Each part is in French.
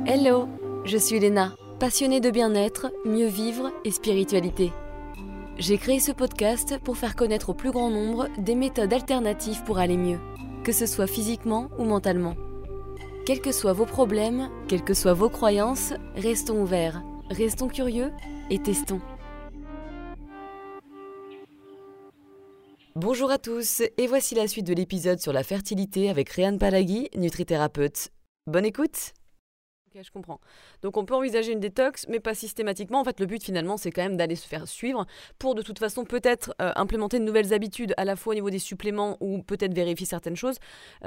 Hello, je suis Léna, passionnée de bien-être, mieux vivre et spiritualité. J'ai créé ce podcast pour faire connaître au plus grand nombre des méthodes alternatives pour aller mieux, que ce soit physiquement ou mentalement. Quels que soient vos problèmes, quelles que soient vos croyances, restons ouverts, restons curieux et testons. Bonjour à tous, et voici la suite de l'épisode sur la fertilité avec Réhan Palagui, nutrithérapeute. Bonne écoute! Ok, je comprends. Donc on peut envisager une détox, mais pas systématiquement. En fait, le but finalement, c'est quand même d'aller se faire suivre pour de toute façon peut-être implémenter de nouvelles habitudes à la fois au niveau des suppléments ou peut-être vérifier certaines choses.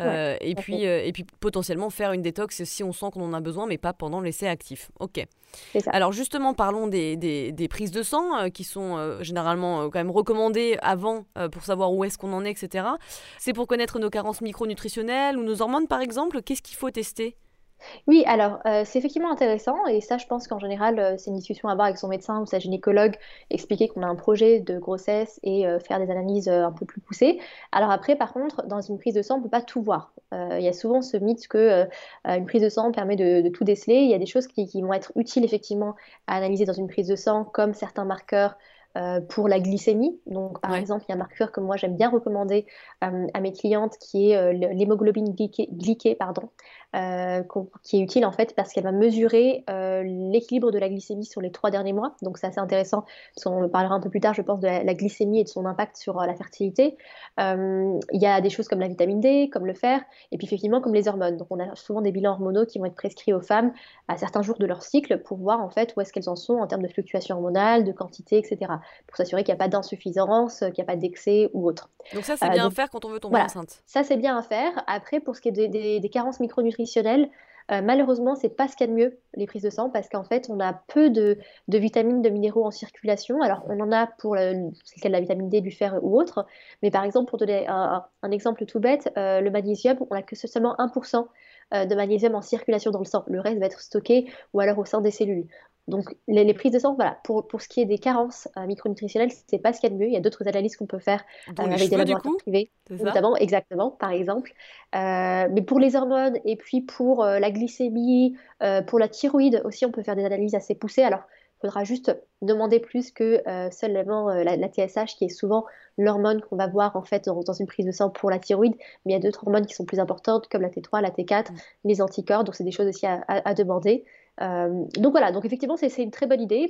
Et puis potentiellement faire une détox si on sent qu'on en a besoin, mais pas pendant l'essai actif. Ok. C'est ça. Alors justement, parlons des prises de sang qui sont généralement quand même recommandées avant pour savoir où est-ce qu'on en est, etc. C'est pour connaître nos carences micronutritionnelles ou nos hormones par exemple. Qu'est-ce qu'il faut tester ? Oui, alors c'est effectivement intéressant et ça, je pense qu'en général, c'est une discussion à avoir avec son médecin ou sa gynécologue, expliquer qu'on a un projet de grossesse et faire des analyses un peu plus poussées. Alors après, par contre, dans une prise de sang, on ne peut pas tout voir. Il y a souvent ce mythe que une prise de sang permet de tout déceler. Il y a des choses qui vont être utiles effectivement à analyser dans une prise de sang, comme certains marqueurs. Pour la glycémie. Donc, par exemple, il y a un marqueur que moi j'aime bien recommander à mes clientes qui est l'hémoglobine glyquée, pardon, qui est utile en fait parce qu'elle va mesurer l'équilibre de la glycémie sur les 3 derniers mois. Donc c'est assez intéressant parce qu'on parlera un peu plus tard, je pense, de la glycémie et de son impact sur la fertilité. Il y a des choses comme la vitamine D, comme le fer, et puis effectivement comme les hormones. Donc on a souvent des bilans hormonaux qui vont être prescrits aux femmes à certains jours de leur cycle pour voir en fait où est-ce qu'elles en sont en termes de fluctuations hormonales, de quantité, etc. Pour s'assurer qu'il n'y a pas d'insuffisance, qu'il n'y a pas d'excès ou autre. Donc ça, c'est bien à faire quand on veut tomber Voilà, enceinte. ça c'est bien à faire. Après, pour ce qui est des carences micronutritionnelles, malheureusement, c'est pas ce qu'il y a de mieux, les prises de sang, parce qu'en fait, on a peu de vitamines, de minéraux en circulation. Alors, on en a pour c'est le cas de la vitamine D, du fer ou autre. Mais par exemple, pour donner un exemple tout bête, le magnésium, on n'a que seulement 1% de magnésium en circulation dans le sang. Le reste va être stocké ou alors au sein des cellules. Donc, les prises de sang, voilà, pour ce qui est des carences micronutritionnelles, c'est pas ce qu'il y a de mieux. Il y a d'autres analyses qu'on peut faire Dont les avec des cheveux, du laboratoires coup, privés, c'est ça ? notamment, exactement, par exemple. Mais pour les hormones et puis pour la glycémie, pour la thyroïde aussi, on peut faire des analyses assez poussées. Alors, il faudra juste demander plus que seulement la TSH, qui est souvent l'hormone qu'on va voir en fait dans une prise de sang pour la thyroïde. Mais il y a d'autres hormones qui sont plus importantes, comme la T3, la T4, les anticorps. Donc, c'est des choses aussi à demander. Donc voilà, donc effectivement, c'est une très bonne idée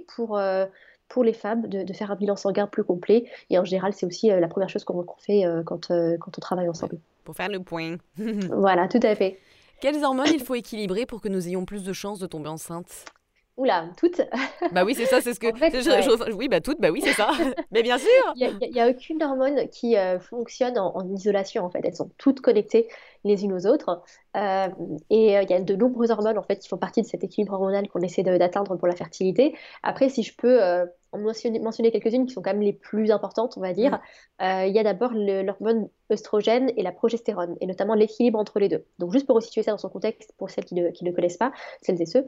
pour les femmes de faire un bilan sanguin plus complet. Et en général, c'est aussi la première chose qu'on fait quand on travaille ensemble. Pour faire le point. Voilà, tout à fait. Quelles hormones il faut équilibrer pour que nous ayons plus de chances de tomber enceinte ? Oula, toutes. Bah oui, c'est ça, c'est ce que... En fait, ouais. Oui, bah toutes, bah oui, c'est ça. Mais bien sûr. Il y a aucune hormone qui fonctionne en isolation, en fait. Elles sont toutes connectées les unes aux autres. Euh, il y a de nombreuses hormones, en fait, qui font partie de cet équilibre hormonal qu'on essaie d'atteindre pour la fertilité. Après, si je peux en mentionner quelques-unes qui sont quand même les plus importantes, on va dire, il y a d'abord l'hormone œstrogène et la progestérone, et notamment l'équilibre entre les deux. Donc, juste pour resituer ça dans son contexte, pour celles qui ne connaissent pas, celles et ceux,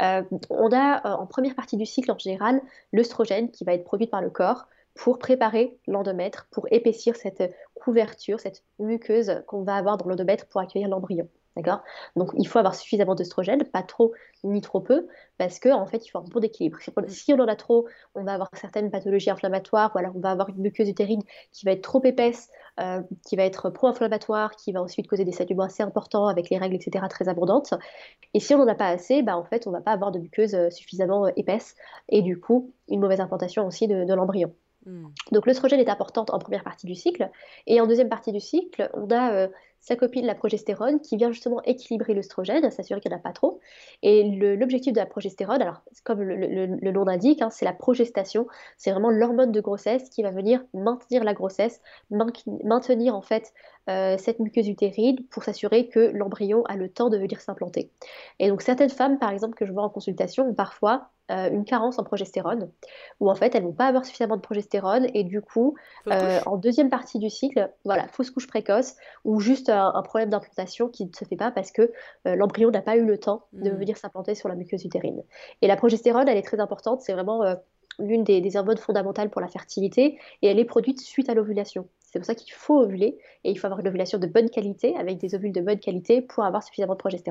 on a en première partie du cycle, en général, l'œstrogène qui va être produit par le corps pour préparer l'endomètre, pour épaissir cette couverture, cette muqueuse qu'on va avoir dans l'endomètre pour accueillir l'embryon. D'accord? Donc, il faut avoir suffisamment d'œstrogène, pas trop ni trop peu, parce qu'en fait, il faut un bon équilibre. Si on en a trop, on va avoir certaines pathologies inflammatoires, ou alors on va avoir une muqueuse utérine qui va être trop épaisse, qui va être pro-inflammatoire, qui va ensuite causer des saignements assez importants avec les règles, etc., très abondantes. Et si on n'en a pas assez, bah, en fait, on ne va pas avoir de muqueuse suffisamment épaisse, et du coup, une mauvaise implantation aussi de l'embryon. Donc l'œstrogène est importante en première partie du cycle. Et en deuxième partie du cycle, on a sa copine, la progestérone, qui vient justement équilibrer l'œstrogène, s'assurer qu'il n'y en a pas trop. Et l'objectif de la progestérone, alors comme le nom l'indique, hein, c'est la progestation. C'est vraiment l'hormone de grossesse qui va venir maintenir la grossesse, maintenir en fait cette muqueuse utérine pour s'assurer que l'embryon a le temps de venir s'implanter. Et donc certaines femmes, par exemple, que je vois en consultation, ont parfois une carence en progestérone, où en fait elles vont pas avoir suffisamment de progestérone et du coup Fausse couche ? en deuxième partie du cycle, voilà, fausse couche précoce ou juste un problème d'implantation qui ne se fait pas parce que l'embryon n'a pas eu le temps de venir s'implanter sur la muqueuse utérine. Et la progestérone, elle est très importante, c'est vraiment l'une des hormones fondamentales pour la fertilité et elle est produite suite à l'ovulation. C'est pour ça qu'il faut ovuler et il faut avoir une ovulation de bonne qualité avec des ovules de bonne qualité pour avoir suffisamment de progestérone.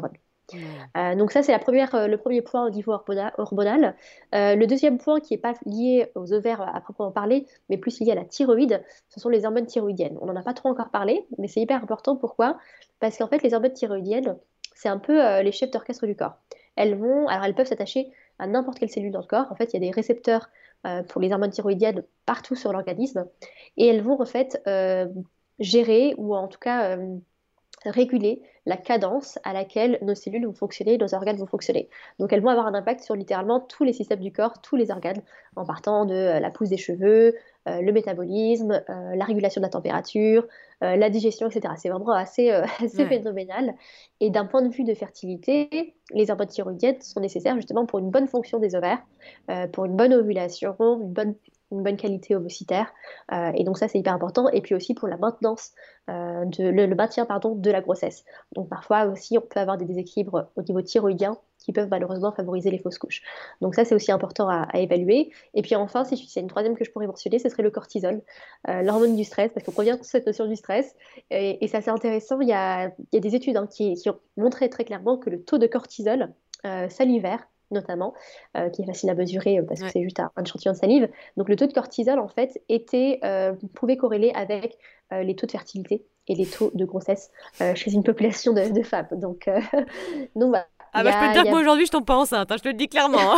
Ouais. Donc ça, c'est le premier point au niveau hormonal. Le deuxième point qui n'est pas lié aux ovaires à proprement parler, mais plus lié à la thyroïde, ce sont les hormones thyroïdiennes. On n'en a pas trop encore parlé, mais c'est hyper important. Pourquoi? Parce qu'en fait, les hormones thyroïdiennes, c'est un peu les chefs d'orchestre du corps. Alors elles peuvent s'attacher à n'importe quelle cellule dans le corps. En fait, il y a des récepteurs pour les hormones thyroïdiennes partout sur l'organisme, et elles vont en fait gérer ou en tout cas réguler la cadence à laquelle nos cellules vont fonctionner, nos organes vont fonctionner. Donc elles vont avoir un impact sur littéralement tous les systèmes du corps, tous les organes, en partant de la pousse des cheveux, le métabolisme, la régulation de la température, la digestion, etc. C'est vraiment assez, assez Ouais. phénoménal. Et d'un point de vue de fertilité, les hormones thyroïdiennes sont nécessaires justement pour une bonne fonction des ovaires, pour une bonne ovulation, une bonne qualité ovocitaire. Et donc ça, c'est hyper important. Et puis aussi pour la maintenance, le maintien pardon, de la grossesse. Donc parfois aussi, on peut avoir des déséquilibres au niveau thyroïdien qui peuvent malheureusement favoriser les fausses couches. Donc ça, c'est aussi important à évaluer. Et puis enfin, si c'est une troisième que je pourrais mentionner, ce serait le cortisol, l'hormone du stress, parce qu'on revient sur cette notion du stress. Et c'est assez intéressant, il y a des études qui ont montré très clairement que le taux de cortisol salivaire, notamment, qui est facile à mesurer parce que Ouais. c'est juste un échantillon de salive. Donc le taux de cortisol, en fait, pouvait corréler avec les taux de fertilité et les taux de grossesse chez une population de femmes. Donc voilà, Ah bah je peux te il dire y que a moi aujourd'hui je tombe pas enceinte, hein, je te le dis clairement, hein.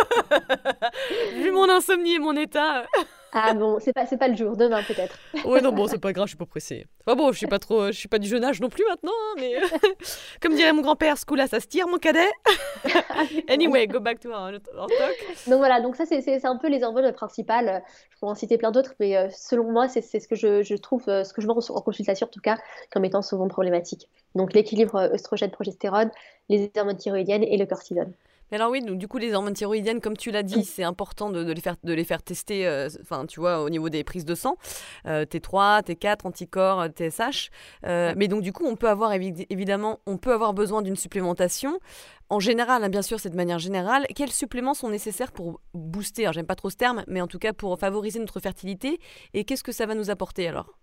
Vu mon insomnie et mon état. Ah bon, c'est pas le jour, demain peut-être. Ouais non bon c'est pas grave, je suis pas pressée. Enfin bon, je suis pas du jeune âge non plus maintenant, hein, mais comme dirait mon grand-père, ce coup-là ça se tire mon cadet. Ah oui, c'est vrai. Anyway, go back to our talk. Donc voilà, donc ça c'est un peu les hormones principales. Je pourrais en citer plein d'autres, mais selon moi c'est ce que je trouve, ce que je vois en consultation en tout cas, comme étant souvent problématique. Donc l'équilibre œstrogène-progestérone, les hormones thyroïdiennes et le cortisol. Mais alors oui, donc, du coup les hormones thyroïdiennes, comme tu l'as dit, c'est important de les faire tester, enfin tu vois, au niveau des prises de sang, T3, T4, anticorps, TSH. Ouais. Mais donc du coup on peut avoir évidemment, on peut avoir besoin d'une supplémentation. En général, hein, bien sûr, c'est de manière générale. Quels suppléments sont nécessaires pour booster, alors j'aime pas trop ce terme, mais en tout cas pour favoriser notre fertilité. Et qu'est-ce que ça va nous apporter alors?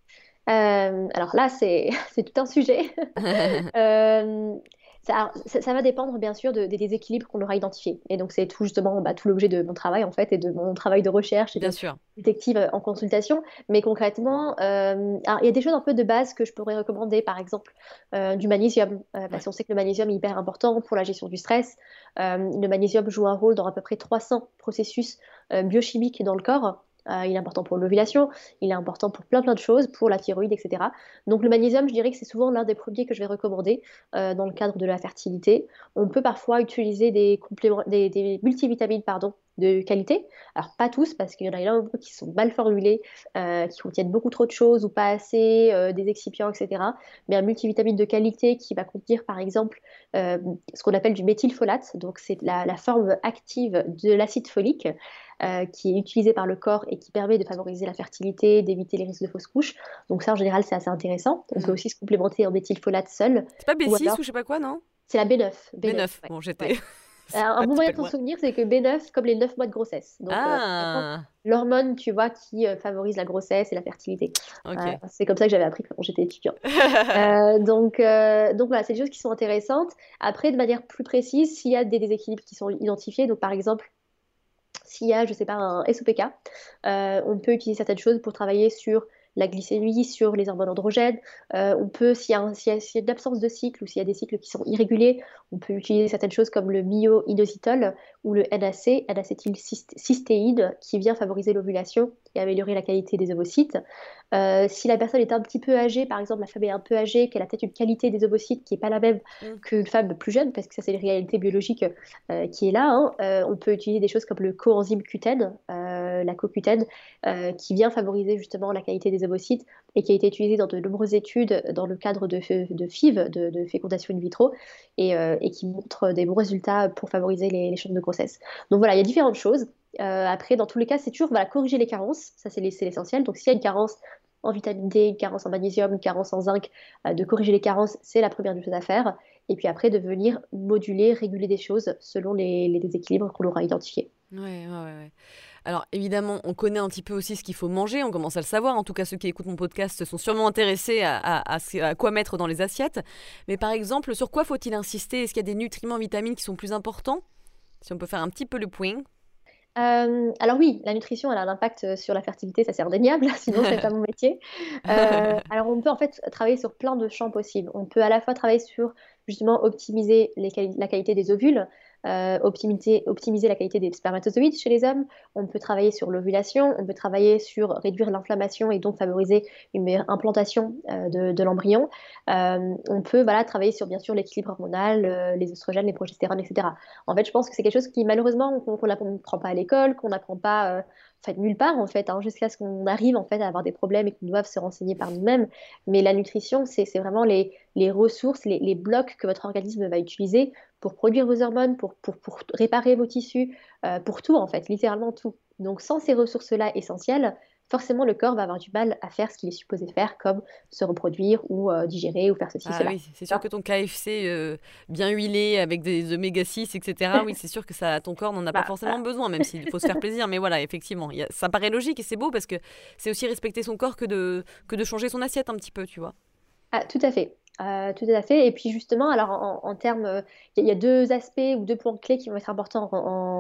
Alors là, c'est tout un sujet. Euh, ça va dépendre bien sûr des déséquilibres qu'on aura identifiés. Et donc c'est tout justement tout l'objet de mon travail en fait et de mon travail de recherche et Bien de sûr. détective en consultation. Mais concrètement, alors, il y a des choses un peu de base que je pourrais recommander, par exemple du magnésium, Ouais. parce qu'on sait que le magnésium est hyper important pour la gestion du stress. Le magnésium joue un rôle dans à peu près 300 processus biochimiques dans le corps. Il est important pour l'ovulation, il est important pour plein de choses, pour la thyroïde, etc. Donc le magnésium, je dirais que c'est souvent l'un des premiers que je vais recommander dans le cadre de la fertilité. On peut parfois utiliser des compléments, des multivitamines, pardon, de qualité. Alors pas tous, parce qu'il y en a nombreux qui sont mal formulés, qui contiennent beaucoup trop de choses ou pas assez, des excipients, etc. Mais un multivitamine de qualité qui va contenir par exemple ce qu'on appelle du méthylfolate, donc c'est la forme active de l'acide folique qui est utilisé par le corps et qui permet de favoriser la fertilité, d'éviter les risques de fausses couches. Donc ça, en général, c'est assez intéressant. On peut Hmm. aussi se complémenter en méthylfolate seul, C'est pas ou B6 alors ou je sais pas quoi, non? c'est la B9. B9, B9. ouais. Bon, Ouais. j'étais. Un Ah, bon t'es moyen pas de s'en loin. souvenir, c'est que B9, comme les 9 mois de grossesse. Donc, c'est vraiment Ah, l'hormone, tu vois, qui favorise la grossesse et la fertilité. ok. C'est comme ça que j'avais appris quand j'étais étudiante. Donc voilà, c'est des choses qui sont intéressantes. Après, de manière plus précise, s'il y a des déséquilibres qui sont identifiés, donc par exemple, s'il y a, je sais pas, un SOPK, on peut utiliser certaines choses pour travailler sur la glycémie, sur les hormones androgènes. On peut, s'il y a une absence de cycle ou s'il y a des cycles qui sont irréguliers, on peut utiliser certaines choses comme le myo-inositol ou le NAC, N-acétylcystéine, qui vient favoriser l'ovulation et améliorer la qualité des ovocytes. Si la personne est un petit peu âgée, par exemple la femme est un peu âgée, qu'elle a peut-être une qualité des ovocytes qui n'est pas la même Hmm. qu'une femme plus jeune, parce que ça c'est une réalité biologique qui est là, hein. On peut utiliser des choses comme le coenzyme Q10, la CoQ10, qui vient favoriser justement la qualité des ovocytes et qui a été utilisé dans de nombreuses études dans le cadre de FIV, de fécondation in vitro, et qui montre des bons résultats pour favoriser les chances de grossesse. Donc voilà, il y a différentes choses. Après, dans tous les cas, c'est toujours voilà, corriger les carences, ça c'est l'essentiel. Donc s'il y a une carence en vitamine D, une carence en magnésium, une carence en zinc, de corriger les carences, c'est la première des choses à faire. Et puis après, de venir moduler, réguler des choses selon les déséquilibres qu'on aura identifiés. Ouais, ouais, ouais. Alors évidemment, on connaît un petit peu aussi ce qu'il faut manger, on commence à le savoir. En tout cas, ceux qui écoutent mon podcast sont sûrement intéressés à quoi mettre dans les assiettes. Mais par exemple, sur quoi faut-il insister? Est-ce qu'il y a des nutriments, vitamines qui sont plus importants? Si on peut faire un petit peu le point. Alors oui, la nutrition, elle a un impact sur la fertilité, ça c'est indéniable, sinon c'est pas mon métier. Alors on peut en fait travailler sur plein de champs possibles. On peut à la fois travailler sur justement optimiser la qualité des ovules, optimiser la qualité des spermatozoïdes chez les hommes. On peut travailler sur l'ovulation, on peut travailler sur réduire l'inflammation et donc favoriser une meilleure implantation de l'embryon. On peut voilà, travailler sur bien sûr l'équilibre hormonal, les oestrogènes, les progestérones, etc. En fait, je pense que c'est quelque chose qui, malheureusement, qu'on n'apprend pas à l'école, qu'on n'apprend pas en fait, nulle part, en fait, hein, jusqu'à ce qu'on arrive en fait, à avoir des problèmes et qu'on doive se renseigner par nous-mêmes. Mais la nutrition, c'est vraiment les ressources, les blocs que votre organisme va utiliser pour produire vos hormones, pour réparer vos tissus, pour tout, en fait, littéralement tout. Donc, sans ces ressources-là essentielles, forcément, le corps va avoir du mal à faire ce qu'il est supposé faire, comme se reproduire ou digérer ou faire ceci, Ah cela. oui, c'est sûr que ton KFC bien huilé avec des oméga 6, etc. Oui, c'est sûr que ça, ton corps n'en a pas forcément Voilà. besoin, même s'il faut se faire plaisir. Mais voilà, effectivement, ça paraît logique et c'est beau parce que c'est aussi respecter son corps que de changer son assiette un petit peu, tu vois. Ah, tout à fait. Tout à fait. Et puis justement, alors en termes, il y a deux aspects ou deux points clés qui vont être importants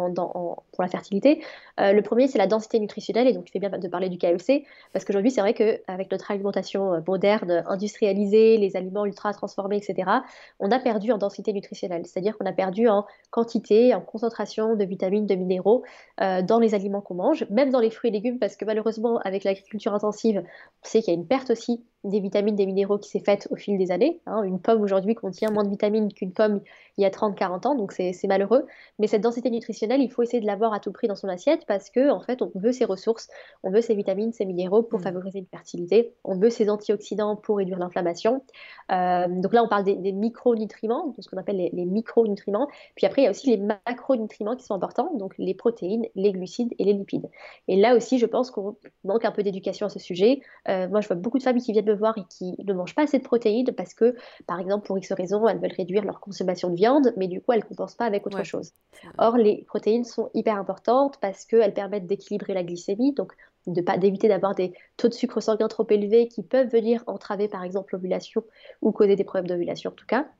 pour la fertilité. Le premier, c'est la densité nutritionnelle, et donc tu fais bien de parler du KFC, parce qu'aujourd'hui, c'est vrai qu'avec notre alimentation moderne, industrialisée, les aliments ultra transformés, etc., on a perdu en densité nutritionnelle, c'est-à-dire qu'on a perdu en quantité, en concentration de vitamines, de minéraux dans les aliments qu'on mange, même dans les fruits et légumes, parce que malheureusement, avec l'agriculture intensive, on sait qu'il y a une perte aussi des vitamines, des minéraux qui s'est faite au fil des années. Hein. Une pomme aujourd'hui contient moins de vitamines qu'une pomme il y a 30-40 ans, donc c'est malheureux. Mais cette densité nutritionnelle, il faut essayer de l'avoir à tout prix dans son assiette parce que en fait, on veut ces ressources, on veut ces vitamines, ces minéraux pour Mm. favoriser une fertilité, on veut ces antioxydants pour réduire l'inflammation. Donc là, on parle des micronutriments, de ce qu'on appelle les micronutriments. Puis après, il y a aussi les macronutriments qui sont importants, donc les protéines, les glucides et les lipides. Et là aussi, je pense qu'on manque un peu d'éducation à ce sujet. Moi, je vois beaucoup de familles qui viennent me voir et qui ne mangent pas assez de protéines parce que, par exemple, pour X raisons, elles veulent réduire leur consommation de viande, mais du coup, elles ne compensent pas avec autre Ouais. chose. Or, les protéines sont hyper importantes parce qu'elles permettent d'équilibrer la glycémie, donc d'éviter d'avoir des taux de sucre sanguin trop élevés qui peuvent venir entraver, par exemple, l'ovulation ou causer des problèmes d'ovulation en tout cas.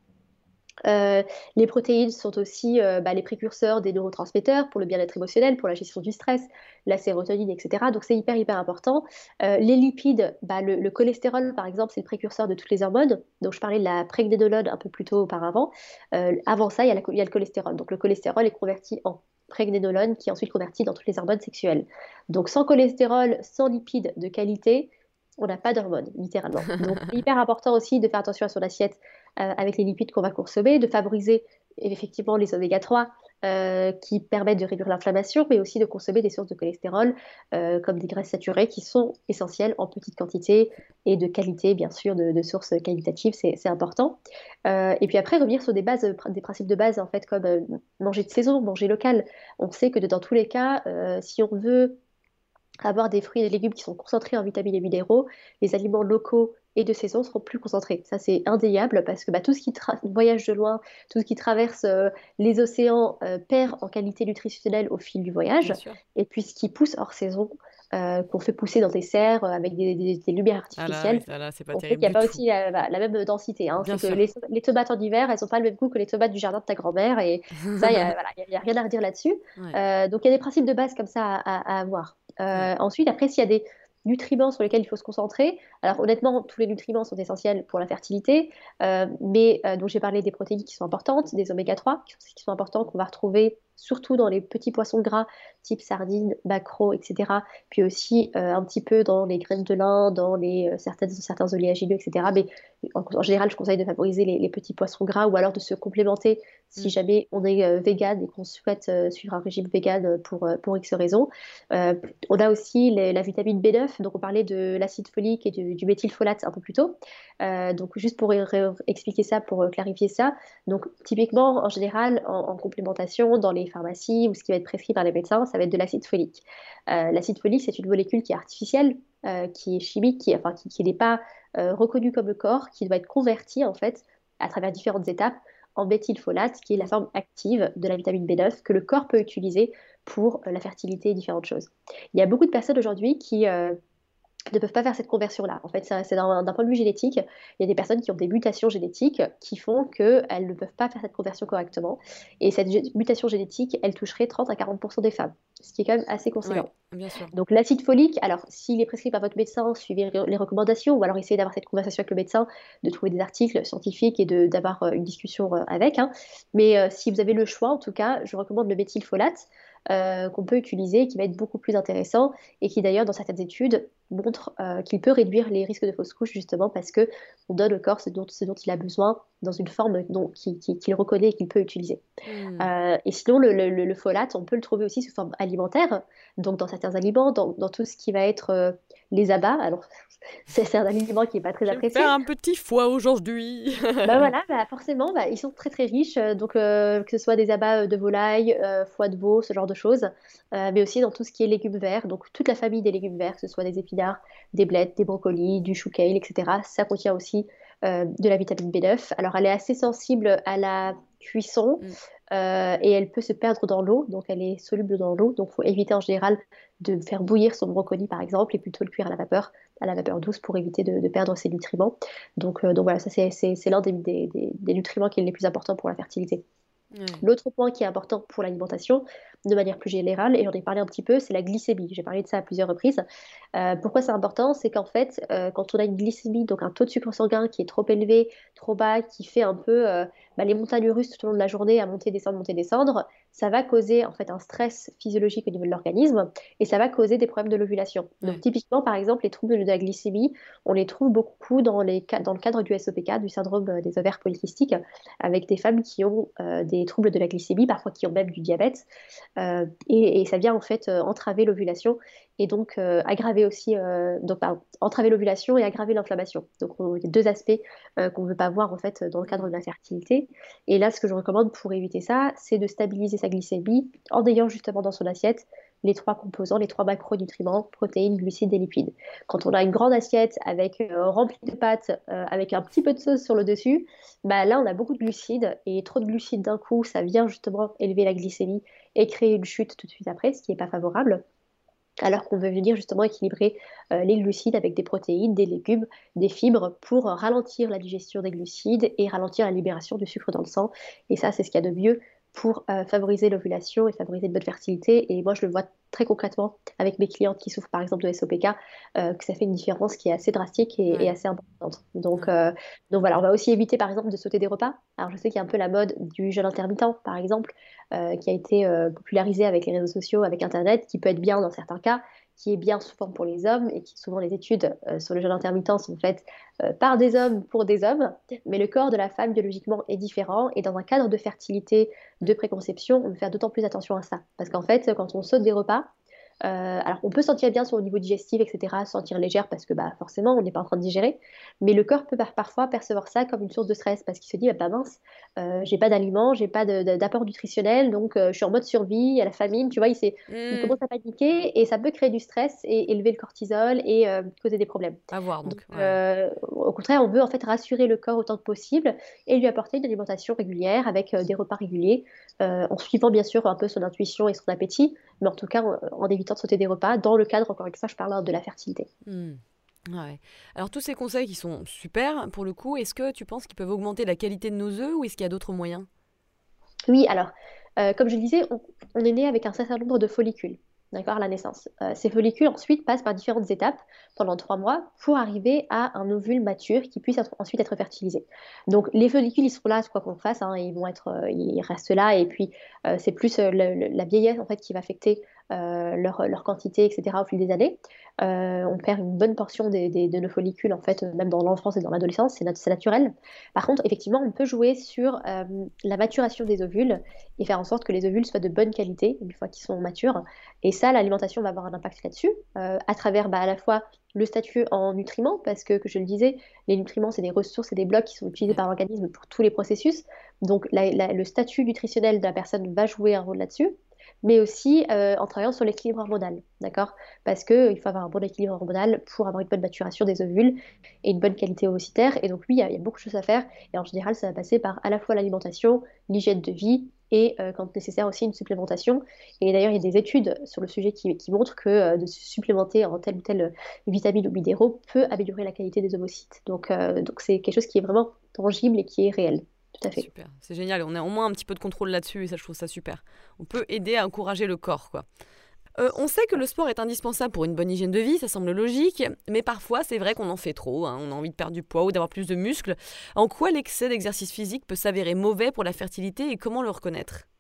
Euh, les protéines sont aussi les précurseurs des neurotransmetteurs pour le bien-être émotionnel, pour la gestion du stress, la sérotonine, etc. Donc c'est hyper, hyper important. Les lipides, le cholestérol, par exemple, c'est le précurseur de toutes les hormones. Donc je parlais de la pregnénolone un peu plus tôt auparavant. Avant ça, il y a le cholestérol. Donc le cholestérol est converti en pregnénolone qui est ensuite converti dans toutes les hormones sexuelles. Donc sans cholestérol, sans lipides de qualité, on n'a pas d'hormones, littéralement. Donc, c'est hyper important aussi de faire attention à son assiette avec les lipides qu'on va consommer, de favoriser effectivement les oméga 3 qui permettent de réduire l'inflammation, mais aussi de consommer des sources de cholestérol comme des graisses saturées qui sont essentielles en petite quantité et de qualité, bien sûr, de sources qualitatives, c'est important. Et puis après, revenir sur des principes de base, en fait, comme manger de saison, manger local. On sait que dans tous les cas, si on veut avoir des fruits et des légumes qui sont concentrés en vitamines et minéraux, les aliments locaux et de saison seront plus concentrés. Ça, c'est indéniable parce que tout ce qui voyage de loin, tout ce qui traverse les océans perd en qualité nutritionnelle au fil du Bien voyage. sûr. Et puis ce qui pousse hors saison, qu'on fait pousser dans des serres avec des lumières Ah là, oui, artificielles, ça là, c'est pas on sait qu'il terrible n'y a du pas tout. aussi la même densité. Hein. Bien C'est que sûr. les tomates en hiver, elles n'ont pas le même goût que les tomates du jardin de ta grand-mère. Et ça, il y a rien à redire là-dessus. Ouais, Donc il y a des principes de base comme ça à avoir. ouais. Ensuite, après, s'il y a des nutriments sur lesquels il faut se concentrer, alors honnêtement, tous les nutriments sont essentiels pour la fertilité, mais donc j'ai parlé des protéines qui sont importantes, des oméga 3 qui sont importants, qu'on va retrouver surtout dans les petits poissons gras, type sardines, maquereaux, etc. Puis aussi un petit peu dans les graines de lin, dans certains oléagineux, etc. Mais en général, je conseille de favoriser les petits poissons gras ou alors de se complémenter si Mm. jamais on est vegan et qu'on souhaite suivre un régime vegan pour X raisons. Euh, on a aussi la vitamine B9, donc on parlait de l'acide folique et du méthylfolate un peu plus tôt. Donc juste pour expliquer ça, pour clarifier ça, donc typiquement en général en complémentation dans les pharmacies ou ce qui va être prescrit par les médecins, ça va être de l'acide folique. L'acide folique, c'est une molécule qui est artificielle, qui est chimique, qui n'est pas reconnue comme le corps, qui doit être convertie en fait à travers différentes étapes en méthylfolate, qui est la forme active de la vitamine B9 que le corps peut utiliser pour la fertilité et différentes choses. Il y a beaucoup de personnes aujourd'hui qui ne peuvent pas faire cette conversion-là. En fait, c'est d'un point de vue génétique. Il y a des personnes qui ont des mutations génétiques qui font qu'elles ne peuvent pas faire cette conversion correctement. Et cette mutation génétique, elle toucherait 30 à 40% des femmes, ce qui est quand même assez Ouais, conséquent. bien sûr. Donc l'acide folique, alors s'il est prescrit par votre médecin, suivez les recommandations ou alors essayez d'avoir cette conversation avec le médecin, de trouver des articles scientifiques et d'avoir une discussion avec, hein. Mais si vous avez le choix, en tout cas, je recommande le méthylfolate qu'on peut utiliser, qui va être beaucoup plus intéressant et qui d'ailleurs, dans certaines études, montre qu'il peut réduire les risques de fausse couche justement parce que on donne au corps ce dont il a besoin dans une forme qu'il reconnaît et qu'il peut utiliser. Hmm. Et sinon, le folate, on peut le trouver aussi sous forme alimentaire, donc dans certains aliments, dans tout ce qui va être les abats. Alors, c'est un aliment qui n'est pas très Je vais me faire apprécié. un petit foie aujourd'hui. Bah voilà, bah forcément, bah, ils sont très très riches, donc que ce soit des abats de volaille, foie de veau, ce genre de choses, mais aussi dans tout ce qui est légumes verts, donc toute la famille des légumes verts, que ce soit des épinards, des blettes, des brocolis, du chou kale, etc. Ça contient aussi de la vitamine B9. Alors elle est assez sensible à la cuisson Hmm. et elle peut se perdre dans l'eau, donc elle est soluble dans l'eau, donc il faut éviter en général de faire bouillir son brocoli par exemple et plutôt le cuire à la vapeur douce pour éviter de perdre ses nutriments. Donc voilà, ça c'est l'un des nutriments qui est les plus importants pour la fertilité. Ouais. L'autre point qui est important pour l'alimentation, de manière plus générale, et j'en ai parlé un petit peu, c'est la glycémie. J'ai parlé de ça à plusieurs reprises. Pourquoi c'est important? C'est qu'en fait, quand on a une glycémie, donc un taux de sucre sanguin qui est trop élevé, trop bas, qui fait un peu les montagnes russes tout au long de la journée, à monter, descendre, ça va causer en fait un stress physiologique au niveau de l'organisme et ça va causer des problèmes de l'ovulation. Donc Ouais. typiquement, par exemple, les troubles de la glycémie, on les trouve beaucoup dans dans le cadre du SOPK, du syndrome des ovaires polykystiques, avec des femmes qui ont des troubles de la glycémie, parfois qui ont même du diabète. Et ça vient en fait entraver l'ovulation et donc aggraver aussi, entraver l'ovulation et aggraver l'inflammation. Donc il y a deux aspects qu'on ne veut pas voir en fait dans le cadre Hmm. de la fertilité. Et là, ce que je recommande pour éviter ça, c'est de stabiliser sa glycémie en ayant justement dans son assiette les trois composants, les trois macronutriments, protéines, glucides et lipides. Quand on a une grande assiette avec remplie de pâtes, avec un petit peu de sauce sur le dessus, bah là on a beaucoup de glucides et trop de glucides d'un coup, ça vient justement élever la glycémie et créer une chute tout de suite après, ce qui n'est pas favorable. Alors qu'on veut venir justement équilibrer les glucides avec des protéines, des légumes, des fibres pour ralentir la digestion des glucides et ralentir la libération du sucre dans le sang. Et ça, c'est ce qu'il y a de mieux pour favoriser l'ovulation et favoriser une bonne fertilité. Et moi, je le vois très concrètement avec mes clientes qui souffrent par exemple de SOPK, que ça fait une différence qui est assez drastique et Ouais. assez importante. Donc, Ouais. donc voilà, on va aussi éviter par exemple de sauter des repas. Alors je sais qu'il y a un peu la mode du jeûne intermittent par exemple, qui a été popularisé avec les réseaux sociaux, avec Internet, qui peut être bien dans certains cas, qui est bien souvent pour les hommes et qui souvent les études sur le jeûne intermittent sont faites par des hommes pour des hommes, mais le corps de la femme biologiquement est différent et dans un cadre de fertilité, de préconception, on veut faire d'autant plus attention à ça. Parce qu'en fait, quand on saute des repas, alors, on peut se sentir bien sur le niveau digestif, etc., se sentir légère parce que bah, forcément, on n'est pas en train de digérer. Mais le corps peut parfois percevoir ça comme une source de stress parce qu'il se dit, bah mince, j'ai pas d'aliments, j'ai pas d'apport nutritionnel, donc je suis en mode survie, il y a la famine, tu vois, il Hmm. commence à paniquer et ça peut créer du stress et élever le cortisol et causer des problèmes. À voir Donc, donc. Ouais. au contraire, on veut en fait rassurer le corps autant que possible et lui apporter une alimentation régulière avec des repas réguliers, en suivant bien sûr un peu son intuition et son appétit mais en tout cas en évitant de sauter des repas, dans le cadre, encore une fois, je parle de la fertilité. Hmm. Ouais. Alors tous ces conseils qui sont super pour le coup, est-ce que tu penses qu'ils peuvent augmenter la qualité de nos œufs ou est-ce qu'il y a d'autres moyens? Oui, alors, comme je le disais, on est né avec un certain nombre de follicules, d'accord, à la naissance. Ces follicules ensuite passent par différentes étapes pendant 3 mois pour arriver à un ovule mature qui puisse ensuite être fertilisé. Donc les follicules, ils seront là, quoi qu'on fasse, hein, ils restent là, et puis c'est plus la vieillesse en fait qui va affecter leur quantité, etc. au fil des années. On perd une bonne portion de nos follicules en fait, même dans l'enfance et dans l'adolescence, c'est naturel. Par contre, effectivement, on peut jouer sur la maturation des ovules et faire en sorte que les ovules soient de bonne qualité une fois qu'ils sont matures. Et ça, l'alimentation va avoir un impact là-dessus, à travers à la fois le statut en nutriments, parce que je le disais, les nutriments, c'est des ressources et des blocs qui sont utilisés Ouais. par l'organisme pour tous les processus. Donc, le statut nutritionnel de la personne va jouer un rôle là-dessus. mais aussi en travaillant sur l'équilibre hormonal, d'accord? Parce qu'il faut avoir un bon équilibre hormonal pour avoir une bonne maturation des ovules et une bonne qualité ovocytaire. Et donc oui, il y a beaucoup de choses à faire. Et en général, ça va passer par à la fois l'alimentation, l'hygiène de vie et quand nécessaire aussi une supplémentation. Et d'ailleurs, il y a des études sur le sujet qui montrent que de se supplémenter en telle ou telle vitamine ou minéraux peut améliorer la qualité des ovocytes. Donc c'est quelque chose qui est vraiment tangible et qui est réel. Tout à fait. Super, c'est génial. On a au moins un petit peu de contrôle là-dessus et ça, je trouve ça super. On peut aider à encourager le corps, quoi. On sait que le sport est indispensable pour une bonne hygiène de vie, ça semble logique, mais parfois c'est vrai qu'on en fait trop, hein. On a envie de perdre du poids ou d'avoir plus de muscles. En quoi l'excès d'exercice physique peut s'avérer mauvais pour la fertilité et comment le reconnaître?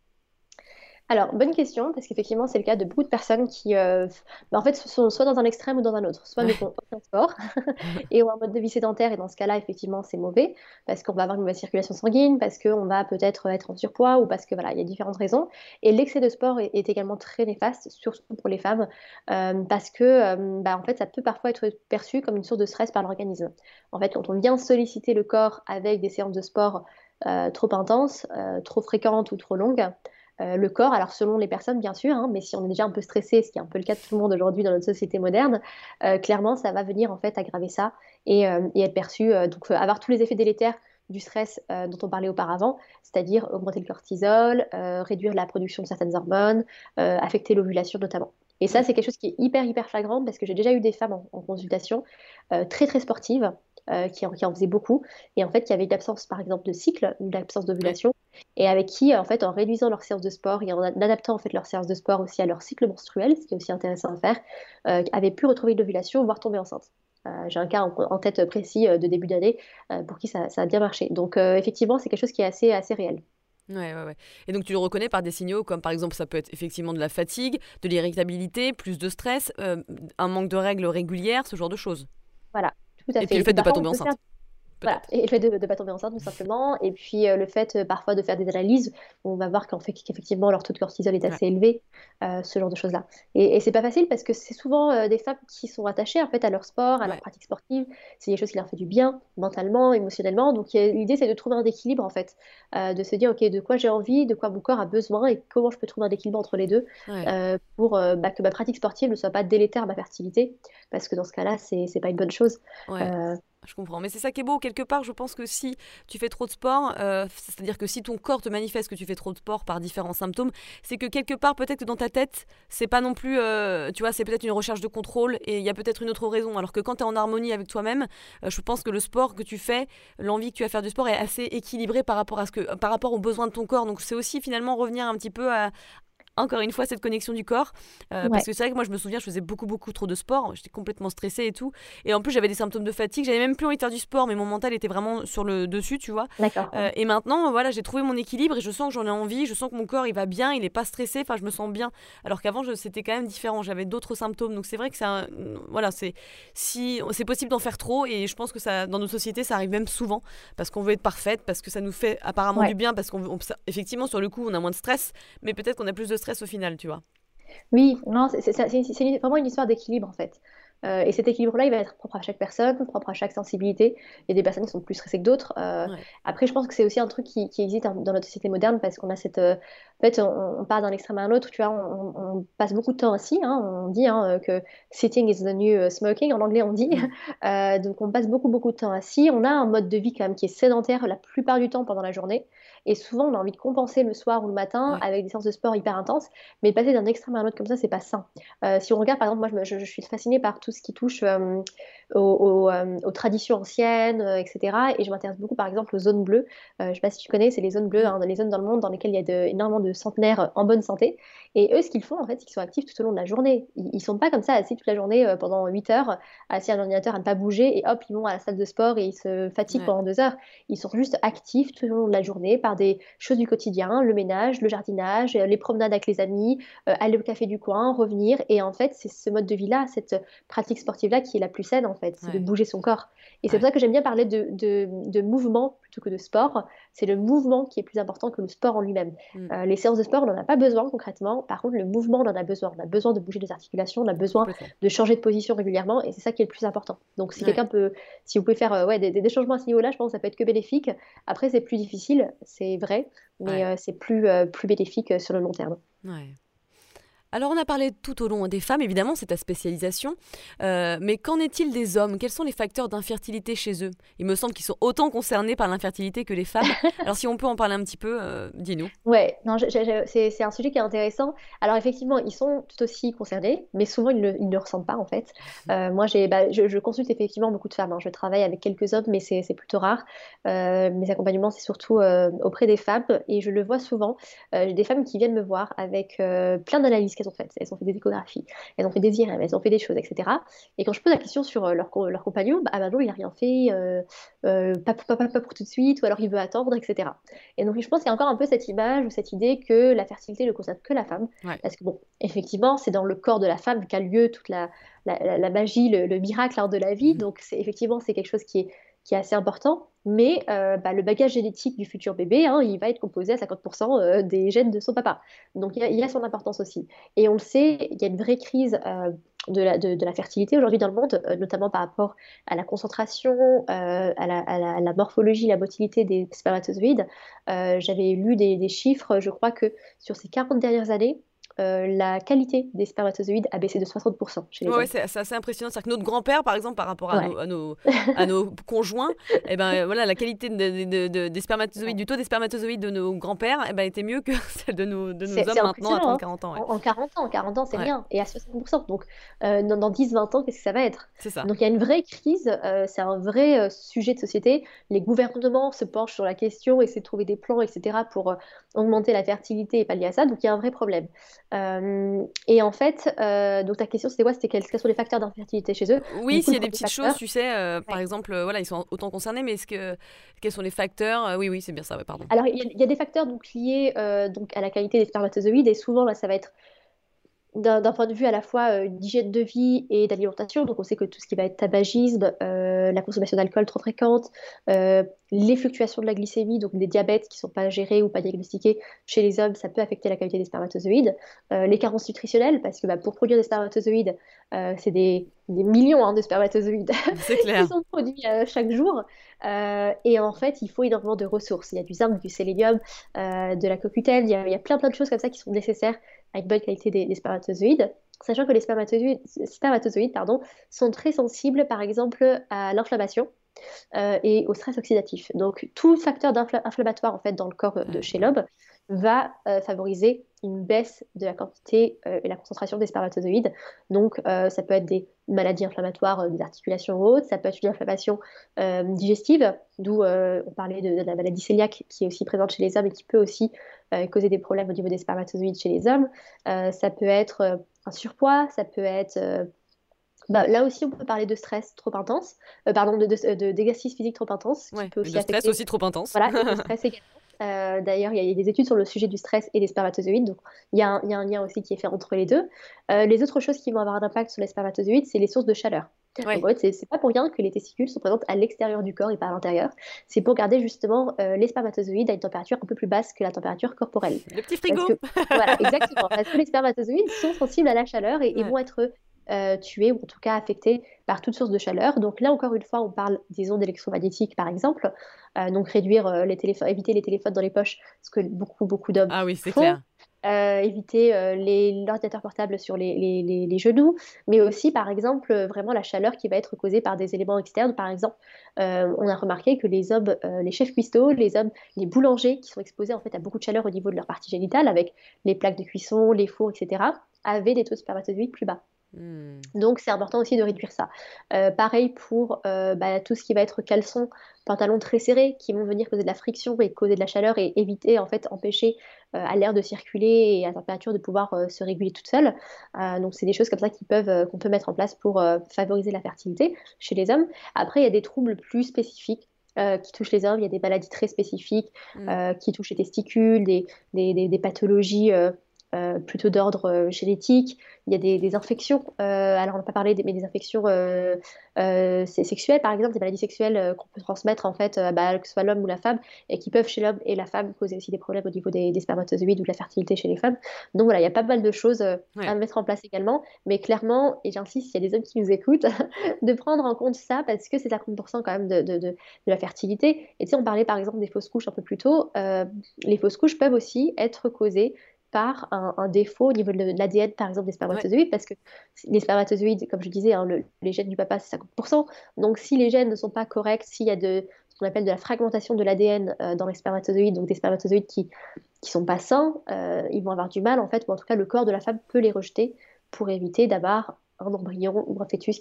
Alors, bonne question, parce qu'effectivement, c'est le cas de beaucoup de personnes qui, en fait, sont soit dans un extrême ou dans un autre. Soit ne Ouais. font aucun sport et ont un mode de vie sédentaire, et dans ce cas-là, effectivement, c'est mauvais, parce qu'on va avoir une mauvaise circulation sanguine, parce qu'on va peut-être être en surpoids, ou parce que, voilà, il y a différentes raisons. Et l'excès de sport est également très néfaste, surtout pour les femmes, parce que, en fait, ça peut parfois être perçu comme une source de stress par l'organisme. En fait, quand on vient solliciter le corps avec des séances de sport trop intenses, trop fréquentes ou trop longues, le corps, alors selon les personnes bien sûr, hein, mais si on est déjà un peu stressé, ce qui est un peu le cas de tout le monde aujourd'hui dans notre société moderne, clairement ça va venir en fait aggraver ça et être perçu, avoir tous les effets délétères du stress dont on parlait auparavant, c'est-à-dire augmenter le cortisol, réduire la production de certaines hormones, affecter l'ovulation notamment. Et ça, Mm. c'est quelque chose qui est hyper flagrant parce que j'ai déjà eu des femmes en consultation très sportives qui en faisaient beaucoup et en fait qui avaient une absence par exemple de cycle, une absence Ouais. d'ovulation et avec qui, en fait, en réduisant leur séance de sport et en adaptant en fait leur séance de sport aussi à leur cycle menstruel, ce qui est aussi intéressant à faire, avaient pu retrouver de l'ovulation, voire tomber enceinte. J'ai un cas en tête précis de début d'année pour qui ça a bien marché. Donc, effectivement, c'est quelque chose qui est assez réel. Ouais. Et donc tu le reconnais par des signaux comme par exemple ça peut être effectivement de la fatigue, de l'irritabilité, plus de stress, un manque de règles régulières, ce genre de choses. Voilà, tout à Et puis fait. le Et fait puis de ne pas parfois, on tomber peut faire. enceinte, Voilà, peut-être. et le fait de ne pas tomber enceinte tout simplement, et puis le fait parfois de faire des analyses, où on va voir qu'effectivement leur taux de cortisol est Ouais. assez élevé, ce genre de choses-là. Et c'est pas facile parce que c'est souvent des femmes qui sont attachées en fait à leur sport, à leur Ouais. pratique sportive, c'est des choses qui leur fait du bien mentalement, émotionnellement, donc l'idée c'est de trouver un équilibre en fait, de se dire ok de quoi j'ai envie, de quoi mon corps a besoin et comment je peux trouver un équilibre entre les deux Ouais. pour que ma pratique sportive ne soit pas délétère à ma fertilité, parce que dans ce cas-là c'est pas une bonne chose. Ouais. Euh, Je comprends. Mais c'est ça qui est beau. Quelque part, je pense que si tu fais trop de sport, c'est-à-dire que si ton corps te manifeste que tu fais trop de sport par différents symptômes, c'est que quelque part, peut-être que dans ta tête, c'est pas non plus, tu vois, c'est peut-être une recherche de contrôle et il y a peut-être une autre raison. Alors que quand tu es en harmonie avec toi-même, je pense que le sport que tu fais, l'envie que tu as de faire du sport est assez équilibrée par rapport à par rapport aux besoins de ton corps. Donc c'est aussi finalement revenir un petit peu à encore une fois cette connexion du corps parce ouais, que c'est vrai que moi je me souviens je faisais beaucoup trop de sport, j'étais complètement stressée et tout et en plus j'avais des symptômes de fatigue, j'avais même plus envie de faire du sport mais mon mental était vraiment sur le dessus tu vois. d'accord. Ouais. Et maintenant voilà j'ai trouvé mon équilibre et je sens que j'en ai envie, je sens que mon corps il va bien, il est pas stressé, enfin je me sens bien alors qu'avant c'était quand même différent, j'avais d'autres symptômes donc c'est vrai que voilà c'est si c'est possible d'en faire trop et je pense que ça dans nos sociétés ça arrive même souvent parce qu'on veut être parfaite, parce que ça nous fait apparemment du Ouais. bien, parce effectivement sur le coup on a moins de stress mais peut-être qu'on a plus de stress au final, tu vois. Oui, non, c'est vraiment une histoire d'équilibre en fait. Et cet équilibre-là, il va être propre à chaque personne, propre à chaque sensibilité. Il y a des personnes qui sont plus stressées que d'autres. Ouais. Après, je pense que c'est aussi un truc qui existe dans notre société moderne parce qu'on a cette. En fait, on part d'un extrême à un autre, tu vois. On passe beaucoup de temps assis. Hein, on dit que sitting is the new smoking, en anglais on dit. Mm. Donc on passe beaucoup de temps assis. On a un mode de vie quand même qui est sédentaire la plupart du temps pendant la journée. Et souvent, on a envie de compenser le soir ou le matin Ouais. avec des séances de sport hyper intenses. Mais passer d'un extrême à un autre comme ça, c'est pas sain. Si on regarde, par exemple, moi, je suis fascinée par tout ce qui touche aux traditions anciennes, etc. Et je m'intéresse beaucoup, par exemple, aux zones bleues. Je ne sais pas si tu connais, c'est les zones bleues, Mm. hein, les zones dans le monde dans lesquelles il y a énormément de centenaires en bonne santé. Et eux, ce qu'ils font, en fait, c'est qu'ils sont actifs tout au long de la journée. Ils sont pas comme ça, assis toute la journée pendant 8 heures, assis à l'ordinateur à ne pas bouger, et hop, ils vont à la salle de sport et ils se fatiguent Ouais. pendant 2 heures. Ils sont juste actifs tout au long de la journée par des choses du quotidien, le ménage, le jardinage, les promenades avec les amis, aller au café du coin, revenir. Et en fait, c'est ce mode de vie-là, cette pratique sportive-là qui est la plus saine, en fait, c'est de Ouais. bouger son corps. Et c'est Ouais. pour ça que j'aime bien parler de mouvement plutôt que de sport. C'est le mouvement qui est plus important que le sport en lui-même. Mm. Les séances de sport, on n'en a pas besoin concrètement. Par contre, le mouvement, on en a besoin. On a besoin de bouger les articulations, on a besoin Complètement. de changer de position régulièrement. Et c'est ça qui est le plus important. Donc, si Ouais. quelqu'un peut, si vous pouvez faire ouais, des changements à ce niveau-là, je pense que ça peut être que bénéfique. Après, c'est plus difficile, c'est vrai, mais Ouais. c'est plus bénéfique sur le long terme. Ouais. Alors, on a parlé tout au long des femmes, évidemment, c'est ta spécialisation. Mais qu'en est-il des hommes? Quels sont les facteurs d'infertilité chez eux? Il me semble qu'ils sont autant concernés par l'infertilité que les femmes. Alors, si on peut en parler un petit peu, dis-nous. Ouais, non, c'est un sujet qui est intéressant. Alors effectivement, ils sont tout aussi concernés, mais souvent ils ne le ressentent pas en fait. Moi, je consulte effectivement beaucoup de femmes, hein. Je travaille avec quelques hommes, mais c'est plutôt rare. Mes accompagnements, c'est surtout auprès des femmes, et je le vois souvent. J'ai des femmes qui viennent me voir avec plein d'analyses qu'elles ont faites. Elles ont fait des échographies, elles ont fait des IRM, elles ont fait des choses, etc. Et quand je pose la question sur leur compagnon, bah, ah bah non, il n'a rien fait, pas pour tout de suite, ou alors il veut attendre, etc. Et donc, je pense qu'il y a encore un peu cette image ou cette idée que la fertilité ne concerne que la femme. Ouais. Parce que, bon, effectivement, c'est dans le corps de la femme qu'a lieu toute la magie, le miracle, hein, de la vie. Donc, effectivement, c'est quelque chose qui est assez important. Mais bah, le bagage génétique du futur bébé, hein, il va être composé à 50% des gènes de son papa. Donc, il y a son importance aussi. Et on le sait, il y a une vraie crise de la fertilité aujourd'hui dans le monde, notamment par rapport à la concentration, à la morphologie, la motilité des spermatozoïdes. J'avais lu des chiffres, je crois que sur ces 40 dernières années, la qualité des spermatozoïdes a baissé de 60% chez les Ouais, hommes. c'est assez impressionnant. C'est-à-dire que notre grand-père, par exemple, par rapport à Ouais. à nos conjoints, eh ben, voilà, la qualité des spermatozoïdes, du taux des spermatozoïdes de nos grands-pères, eh ben, était mieux que celle de nos C'est hommes maintenant à impressionnant, hein. 30-40 ans. Ouais. En 40 ans, c'est Ouais, rien. Et à 60%. Donc, dans 10-20 ans, qu'est-ce que ça va être? c'est ça. Donc, il y a une vraie crise. C'est un vrai sujet de société. Les gouvernements se penchent sur la question, essaient de trouver des plans, etc., pour augmenter la fertilité et pallier à ça. Donc, il y a un vrai problème. Et en fait, donc ta question, c'était quoi? C'était quels sont les facteurs d'infertilité chez eux? Oui, Du coup, s'il y le a des premier petites choses, facteur, tu sais, par ouais. exemple, voilà, ils sont autant concernés, mais quels sont les facteurs? Oui, oui, c'est bien ça, ouais, pardon. Alors, il y a des facteurs donc, liés donc, à la qualité des spermatozoïdes, et souvent, là, ça va être d'un point de vue à la fois d'hygiène de vie et d'alimentation. Donc on sait que tout ce qui va être tabagisme, la consommation d'alcool trop fréquente, les fluctuations de la glycémie, donc des diabètes qui ne sont pas gérés ou pas diagnostiqués chez les hommes, ça peut affecter la qualité des spermatozoïdes. Les carences nutritionnelles, parce que bah, pour produire des spermatozoïdes, c'est des millions, hein, de spermatozoïdes C'est qui clair. sont produits chaque jour. Et en fait, il faut énormément de ressources. Il y a du zinc, du sélénium, de la CoQ10, il y a plein de choses comme ça qui sont nécessaires à une bonne qualité des spermatozoïdes, sachant que les spermatozoïdes pardon, sont très sensibles, par exemple, à l'inflammation et au stress oxydatif. Donc, tout facteur inflammatoire en fait, dans le corps de chez Ouais. l'homme va favoriser une baisse de la quantité et la concentration des spermatozoïdes. Donc, ça peut être des maladies inflammatoires des articulations hautes, ça peut être une inflammation digestive, d'où on parlait de la maladie cœliaque qui est aussi présente chez les hommes et qui peut aussi causer des problèmes au niveau des spermatozoïdes chez les hommes. Ça peut être un surpoids, ça peut être bah, là aussi, on peut parler de stress trop intense, pardon, d'exercice physique trop intense, qui Ouais. peut Et aussi de stress affecter, aussi trop intense. voilà, et de stress également. D'ailleurs, il y a des études sur le sujet du stress et des spermatozoïdes, donc il y a un lien aussi qui est fait entre les deux. Les autres choses qui vont avoir un impact sur les spermatozoïdes, c'est les sources de chaleur. Donc en Ouais. fait, c'est pas pour rien que les testicules sont présentes à l'extérieur du corps et pas à l'intérieur. C'est pour garder justement les spermatozoïdes à une température un peu plus basse que la température corporelle. Le petit Parce frigo. que, voilà, exactement, parce que les spermatozoïdes sont sensibles à la chaleur et Ouais. vont être tués ou en tout cas affectés par toute source de chaleur. Donc là, encore une fois, on parle des ondes électromagnétiques, par exemple. Donc réduire les téléphones, éviter les téléphones dans les poches, ce que beaucoup d'hommes Ah oui, c'est font. clair. Éviter l'ordinateur portable sur les genoux, mais aussi, par exemple, vraiment la chaleur qui va être causée par des éléments externes. Par exemple, on a remarqué que les hommes, les chefs cuistots, les hommes, les boulangers, qui sont exposés en fait à beaucoup de chaleur au niveau de leur partie génitale, avec les plaques de cuisson, les fours, etc., avaient des taux de spermatozoïdes plus bas. Hmm. Donc, c'est important aussi de réduire ça. Pareil pour bah, tout ce qui va être caleçon, pantalons très serrés qui vont venir causer de la friction et causer de la chaleur et éviter, en fait, empêcher à l'air de circuler et à la température de pouvoir se réguler toute seule. Donc, c'est des choses comme ça qu'on peut mettre en place pour favoriser la fertilité chez les hommes. Après, il y a des troubles plus spécifiques qui touchent les hommes. Il y a des maladies très spécifiques Hmm. qui touchent les testicules, des pathologies plutôt d'ordre génétique. Il y a des infections. Alors, on n'a pas parlé mais des infections sexuelles, par exemple, des maladies sexuelles qu'on peut transmettre, en fait, bah, que ce soit l'homme ou la femme, et qui peuvent chez l'homme et la femme causer aussi des problèmes au niveau des spermatozoïdes ou de la fertilité chez les femmes. Donc voilà, il y a pas mal de choses à Ouais. mettre en place également. Mais clairement, et j'insiste, il y a des hommes qui nous écoutent, de prendre en compte ça parce que c'est 50% quand même de la fertilité. Et tu sais, on parlait par exemple des fausses couches un peu plus tôt. Les fausses couches peuvent aussi être causées par un défaut au niveau de l'ADN, par exemple, des Ouais. spermatozoïdes, parce que les spermatozoïdes, comme je disais, hein, les gènes du papa, c'est 50%. Donc, si les gènes ne sont pas corrects, s'il y a ce qu'on appelle de la fragmentation de l'ADN dans les spermatozoïdes, donc des spermatozoïdes qui sont pas sains, ils vont avoir du mal, en fait, ou en tout cas, le corps de la femme peut les rejeter pour éviter d'avoir un embryon ou un fœtus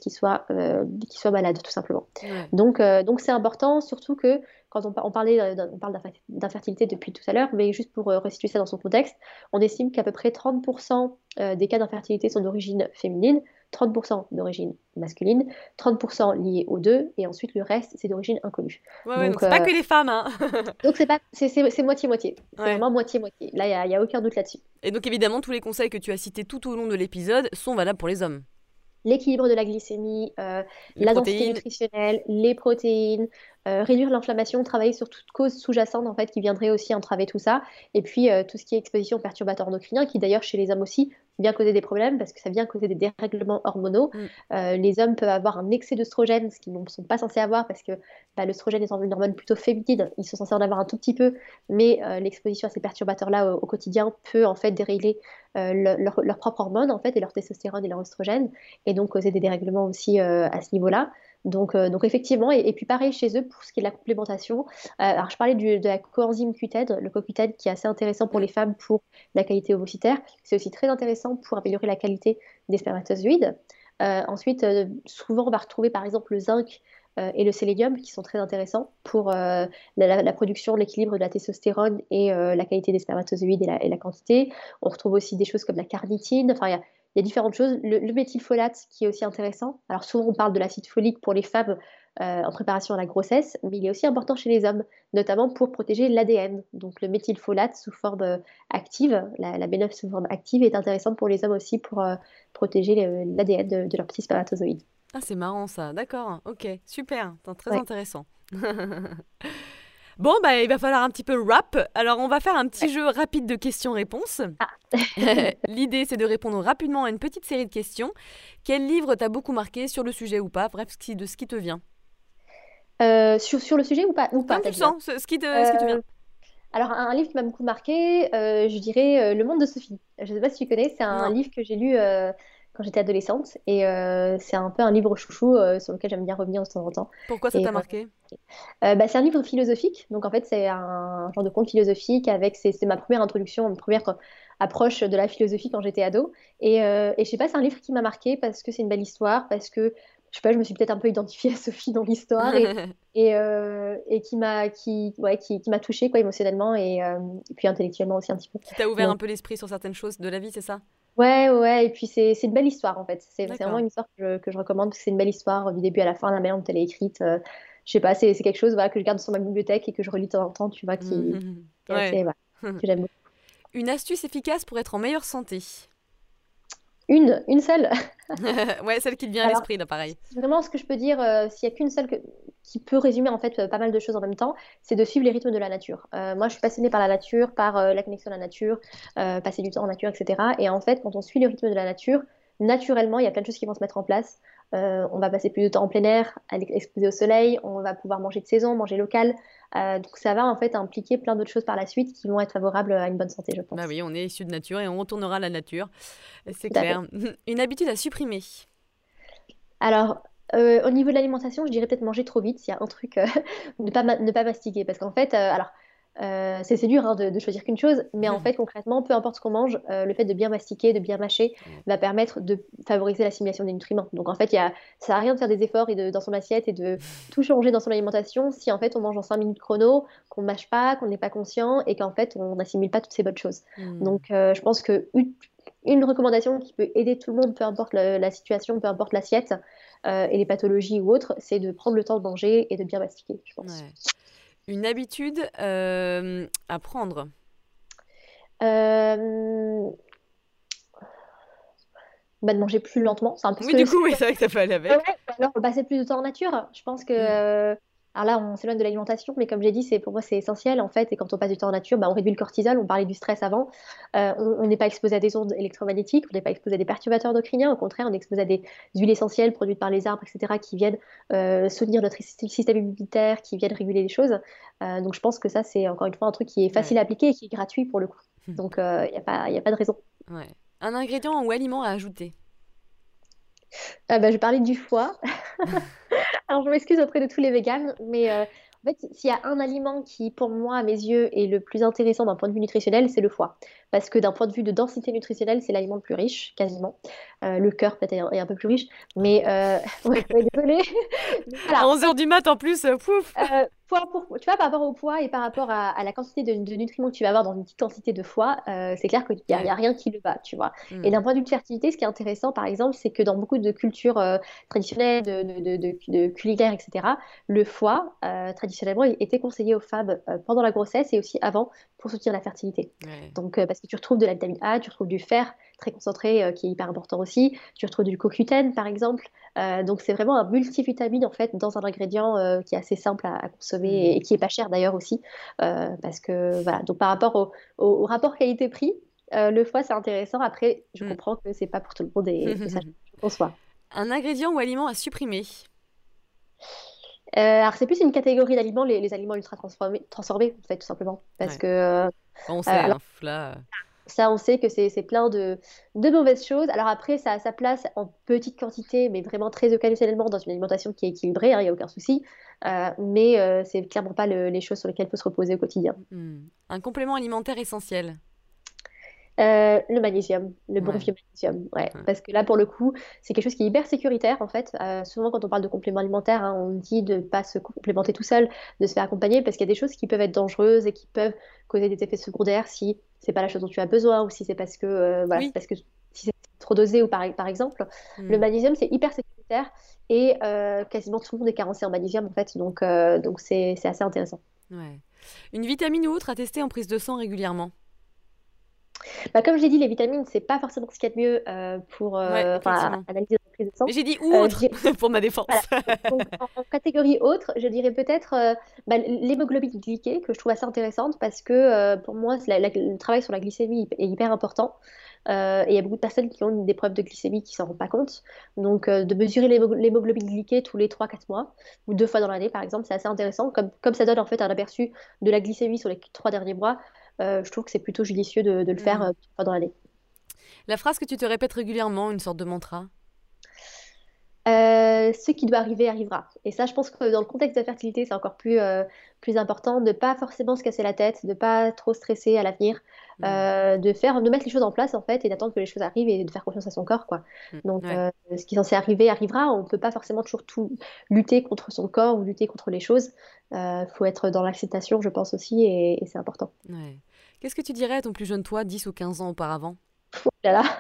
qui soit malade, tout simplement. Ouais. Donc c'est important, surtout que quand on parle d'infertilité depuis tout à l'heure, mais juste pour resituer ça dans son contexte, on estime qu'à peu près 30% des cas d'infertilité sont d'origine féminine, 30% d'origine masculine, 30% liés aux deux, et ensuite le reste, c'est d'origine inconnue. Ouais, ouais, donc Donc, c'est pas que les femmes, hein. donc c'est pas, c'est moitié-moitié. C'est Ouais. vraiment moitié-moitié. Là, il y a aucun doute là-dessus. Et donc évidemment, tous les conseils que tu as cités tout au long de l'épisode sont valables pour les hommes. L'équilibre de la glycémie, Les la densité protéines. nutritionnelle, les protéines, réduire l'inflammation, travailler sur toute cause sous-jacente en fait qui viendrait aussi entraver tout ça, et puis tout ce qui est exposition aux perturbateurs endocriniens, qui d'ailleurs chez les hommes aussi vient causer des problèmes parce que ça vient causer des dérèglements hormonaux. Mm. Les hommes peuvent avoir un excès d'œstrogène, ce qu'ils ne sont pas censés avoir parce que l'œstrogène étant une hormone plutôt féminine, ils sont censés en avoir un tout petit peu, mais l'exposition à ces perturbateurs-là au quotidien peut en fait dérégler leur propre hormone en fait, et leur testostérone et leur oestrogène, et donc causer des dérèglements aussi à ce niveau-là. Donc effectivement, et puis pareil chez eux pour ce qui est de la complémentation. Alors je parlais de la coenzyme Q10, le CoQ10 qui est assez intéressant pour Mm. les femmes pour la qualité ovocytaire. C'est aussi très intéressant pour améliorer la qualité des spermatozoïdes. Ensuite, souvent on va retrouver par exemple le zinc et le sélénium qui sont très intéressants pour la production, l'équilibre de la testostérone et la qualité des spermatozoïdes et la quantité. On retrouve aussi des choses comme la carnitine. Enfin, il y a différentes choses. Le méthylfolate qui est aussi intéressant. Alors souvent on parle de l'acide folique pour les femmes en préparation à la grossesse, mais il est aussi important chez les hommes, notamment pour protéger l'ADN. Donc le méthylfolate sous forme active, la B9 sous forme active est intéressante pour les hommes aussi pour protéger l'ADN de leurs petits spermatozoïdes. Ah, c'est marrant ça. D'accord. Ok. Super. Très Ouais. intéressant. Bon, bah, il va falloir un petit peu rap. Alors, on va faire un petit Ouais. jeu rapide de questions-réponses. Ah. L'idée, c'est de répondre rapidement à une petite série de questions. Quel livre t'a beaucoup marqué sur le sujet ou pas? Bref, de ce qui te vient. Sur le sujet ou pas, Comme tu t'as le dit, hein. sens, ce qui te vient. Euh, alors, un livre qui m'a beaucoup marqué, je dirais Le Monde de Sophie. Je ne sais pas si tu connais, c'est un Non. livre que j'ai lu quand j'étais adolescente, et c'est un peu un livre chouchou sur lequel j'aime bien revenir de temps en temps. Pourquoi ça Et t'a marqué? c'est un livre philosophique, donc en fait c'est un genre de conte philosophique c'est ma première introduction, ma première approche de la philosophie quand j'étais ado. Et je sais pas, c'est un livre qui m'a marqué parce que c'est une belle histoire, parce que je sais pas, je me suis peut-être un peu identifiée à Sophie dans l'histoire et qui m'a touchée quoi émotionnellement et puis intellectuellement aussi un petit peu. Qui t'a ouvert un Donc peu l'esprit sur certaines choses de la vie, c'est ça? ouais, et puis c'est une belle histoire en fait. C'est vraiment D'accord. une histoire que je recommande parce que c'est une belle histoire du début à la fin, la manière dont elle est écrite. Je sais pas, c'est quelque chose voilà, que je garde sur ma bibliothèque et que je relis de temps en temps, tu vois, qui est Ouais. assez, voilà, que j'aime beaucoup. Une astuce efficace pour être en meilleure santé. Une seule. Ouais, celle qui te vient à Alors, l'esprit, là, pareil. vraiment, ce que je peux dire, s'il y a qu'une seule qui peut résumer en fait pas mal de choses en même temps, c'est de suivre les rythmes de la nature. Moi, je suis passionnée par la nature, par la connexion à la nature, passer du temps en nature, etc. Et en fait, quand on suit le rythme de la nature, naturellement, il y a plein de choses qui vont se mettre en place. On va passer plus de temps en plein air, à exposé au soleil, on va pouvoir manger de saison, manger local. Donc ça va en fait impliquer plein d'autres choses par la suite qui vont être favorables à une bonne santé, je Bah pense. oui, on est issu de nature et on retournera à la nature. C'est Tout à fait. clair. Une habitude à supprimer. Alors, au niveau de l'alimentation, je dirais peut-être manger trop vite. Il y a un truc, ne pas mastiquer. Parce qu'en fait, c'est dur hein, de choisir qu'une chose, mais en fait, concrètement, peu importe ce qu'on mange, le fait de bien mastiquer, de bien mâcher, Ouais. va permettre de favoriser l'assimilation des nutriments. Donc, en fait, ça sert à rien de faire des efforts dans son assiette et de tout changer dans son alimentation si en fait on mange en 5 minutes chrono, qu'on mâche pas, qu'on n'est pas conscient et qu'en fait on n'assimile pas toutes ces bonnes choses. Hmm. Donc, je pense que une recommandation qui peut aider tout le monde, peu importe la situation, peu importe l'assiette et les pathologies ou autres, c'est de prendre le temps de manger et de bien mastiquer, je pense. Ouais. Une habitude à prendre. Euh, de manger plus lentement, c'est un peu ce Oui, que du coup, oui, c'est vrai que ça peut aller ouais, avec. alors passer plus de temps en nature. Je pense que Hmm. alors là on s'éloigne de l'alimentation, mais comme j'ai dit, pour moi c'est essentiel en fait. Et quand on passe du temps en nature, on réduit le cortisol. On parlait du stress avant. On n'est pas exposé à des ondes électromagnétiques, on n'est pas exposé à des perturbateurs endocriniens. Au contraire, on est exposé à des huiles essentielles produites par les arbres, etc., qui viennent soutenir notre système immunitaire, qui viennent réguler les choses. Donc je pense que ça c'est encore une fois un truc qui est Ouais. facile à appliquer et qui est gratuit pour le coup. Donc, y a pas de raison. Ouais. Un ingrédient ou aliment à ajouter. Ah bah, je parlais du foie. Alors, je m'excuse auprès de tous les véganes, mais en fait, s'il y a un aliment qui, pour moi, à mes yeux, est le plus intéressant d'un point de vue nutritionnel, c'est le foie. Parce que d'un point de vue de densité nutritionnelle, c'est l'aliment le plus riche, quasiment. Le cœur, peut-être, est un peu plus riche. Mais, ouais, désolée. Mais À voilà, 11 heures du mat en plus, pouf! tu vois, par rapport au poids et par rapport à la quantité de nutriments que tu vas avoir dans une petite quantité de foie, c'est clair qu'il y Ouais. a rien qui le bat, tu vois. Et Hmm. d'un point de vue de fertilité, ce qui est intéressant, par exemple, c'est que dans beaucoup de cultures traditionnelles, de culinaires, etc., le foie, traditionnellement, il était conseillé aux femmes pendant la grossesse et aussi avant pour soutenir la fertilité. Ouais. Donc, parce que tu retrouves de la vitamine A, tu retrouves du fer très concentré, qui est hyper important aussi, tu retrouves du CoQ10, par exemple. Donc c'est vraiment un multivitamine en fait dans un ingrédient qui est assez simple à consommer Hmm. et qui est pas cher d'ailleurs aussi parce que voilà. Donc par rapport au rapport qualité-prix, le foie c'est intéressant. Après, je Hmm. comprends que c'est pas pour tout le monde et ça je conçois. Un ingrédient ou aliment à supprimer. Alors c'est plus une catégorie d'aliments, les aliments ultra transformés en fait tout simplement parce Ouais. que Bon, on sait, alors hein, là. ça, on sait que c'est plein de mauvaises choses. Alors après, ça a sa place en petite quantité, mais vraiment très occasionnellement dans une alimentation qui est équilibrée, il n'y a aucun souci. Mais c'est clairement pas les choses sur lesquelles il faut se reposer au quotidien. Un complément alimentaire essentiel. Le magnésium, le bon Ouais. vieux magnésium, ouais. Ouais. Parce que là, pour le coup, c'est quelque chose qui est hyper sécuritaire, en fait. Souvent, quand on parle de compléments alimentaires, hein, on dit de ne pas se complémenter tout seul, de se faire accompagner, parce qu'il y a des choses qui peuvent être dangereuses et qui peuvent causer des effets secondaires si c'est pas la chose dont tu as besoin ou si c'est parce que, voilà, c'est Oui. parce que si c'est trop dosé ou par exemple. Le Hmm. magnésium, c'est hyper sécuritaire et quasiment tout le monde est carencé en magnésium, en fait. Donc c'est assez intéressant. Ouais. Une vitamine ou autre à tester en prise de sang régulièrement. Bah, comme j'ai dit, les vitamines, c'est pas forcément ce qu'il y a de mieux pour Ouais, enfin, effectivement. analyser la prise de Mais sang. j'ai dit Je outre dirais, pour ma voilà. défense. Donc, en catégorie autre, je dirais peut-être bah, l'hémoglobine glyquée, que je trouve assez intéressante parce que pour moi, le travail sur la glycémie est hyper important. Et il y a beaucoup de personnes qui ont des problèmes de glycémie qui s'en rendent pas compte. Donc, de mesurer l'hémoglobine glyquée tous les 3 4 mois ou 2 fois dans l'année, par exemple, c'est assez intéressant. Comme ça donne en fait un aperçu de la glycémie sur les 3 derniers mois, je trouve que c'est plutôt judicieux de le faire Hmm. 2 fois dans l'année. La phrase que tu te répètes régulièrement, une sorte de mantra. Ce qui doit arriver arrivera. Et ça, je pense que dans le contexte de la fertilité, c'est encore plus important de pas forcément se casser la tête, de pas trop stresser à l'avenir, Hmm. de mettre les choses en place en fait et d'attendre que les choses arrivent et de faire confiance à son corps, quoi. Hmm. Donc, Ouais. ce qui est censé arriver arrivera. On peut pas forcément toujours tout lutter contre son corps ou lutter contre les choses. Faut être dans l'acceptation, je pense aussi, et c'est important. Ouais. Qu'est-ce que tu dirais à ton plus jeune toi, 10 ou 15 ans auparavant? Oh là là.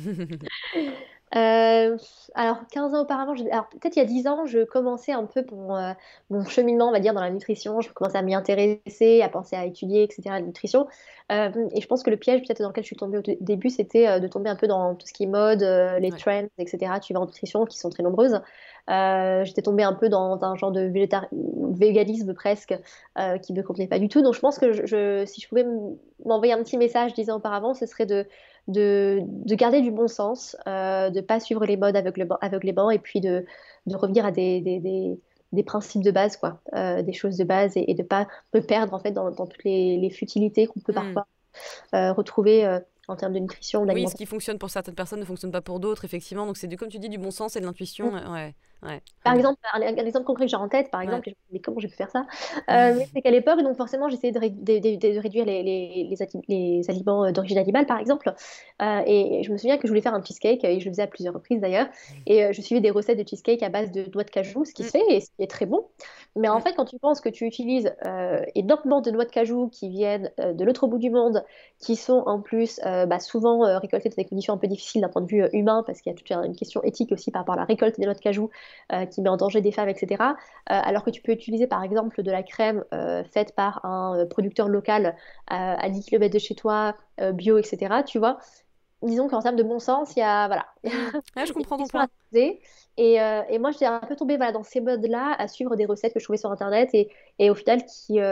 Euh, alors, 15 ans auparavant, alors peut-être il y a 10 ans, je commençais un peu mon cheminement, on va dire, dans la nutrition. Je commençais à m'y intéresser, à penser à étudier, etc., la nutrition. Et je pense que le piège, peut-être dans lequel je suis tombée au début, c'était de tomber un peu dans tout ce qui est mode, les Ouais. trends, etc., tu vas en nutrition, qui sont très nombreuses. J'étais tombée un peu dans un genre de véganisme presque, qui me convenait pas du tout. Donc, je pense que si je pouvais m'envoyer un petit message 10 ans auparavant, ce serait de garder du bon sens, de ne pas suivre les modes aveuglément et puis de revenir à des principes de base, quoi, des choses de base et de ne pas me perdre en fait dans toutes les futilités qu'on peut Hmm. parfois retrouver en termes de nutrition ou Oui, ce d'alimentation. qui fonctionne pour certaines personnes ne fonctionne pas pour d'autres, effectivement. Donc c'est comme tu dis, du bon sens et de l'intuition. Ouais, ouais. Par exemple, un exemple concret que j'ai en tête, par Ouais. exemple, mais comment j'ai pu faire ça? Mais c'est qu'à l'époque, donc forcément, j'essayais de réduire les aliments d'origine animale, par exemple. Et je me souviens que je voulais faire un cheesecake, et je le faisais à plusieurs reprises d'ailleurs. Et je suivais des recettes de cheesecake à base de noix de cajou, ce qui Hmm. se fait et ce qui est très bon. Mais en Hmm. fait, quand tu penses que tu utilises énormément de noix de cajou qui viennent de l'autre bout du monde, qui sont en plus bah, souvent récoltées dans des conditions un peu difficiles d'un point de vue humain, parce qu'il y a toute une question éthique aussi par rapport à la récolte des noix de cajou qui met en danger des femmes, etc. Alors que tu peux utiliser par exemple de la crème faite par un producteur local à 10 km de chez toi, bio, etc. Tu vois, disons qu'en termes de bon sens, il y a, voilà, Hmm. Ouais, je une comprends ton question à point. se poser. Et moi, j'étais un peu tombée voilà, dans ces modes-là, à suivre des recettes que je trouvais sur Internet et au final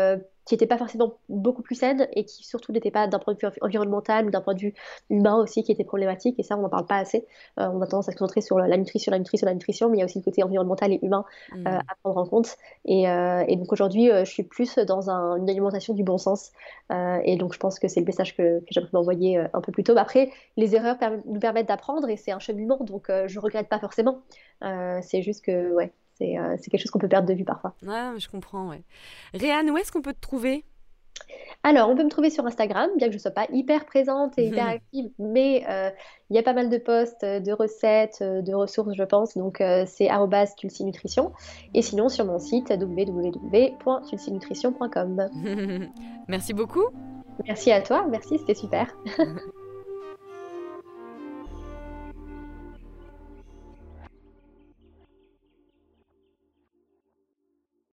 qui n'était pas forcément beaucoup plus saine et qui surtout n'était pas d'un point de vue environnemental ou d'un point de vue humain aussi qui était problématique. Et ça, on n'en parle pas assez. On a tendance à se concentrer sur la nutrition, la nutrition, la nutrition, mais il y a aussi le côté environnemental et humain Hmm. à prendre en compte. Et donc aujourd'hui, je suis plus dans une alimentation du bon sens. Et donc je pense que c'est le message que j'aimerais m'envoyer un peu plus tôt. Mais après, les erreurs nous permettent d'apprendre et c'est un cheminement, donc je regrette pas forcément. C'est juste que ouais, c'est quelque chose qu'on peut perdre de vue parfois. Ouais, je comprends, ouais. Réan, où est-ce qu'on peut te trouver? Alors, on peut me trouver sur Instagram, bien que je ne sois pas hyper présente et hyper active, mais il y a pas mal de posts, de recettes, de ressources, je pense. Donc, c'est @tulsinutrition. Et sinon, sur mon site www.tulsinutrition.com. Merci beaucoup. Merci à toi, merci, c'était super.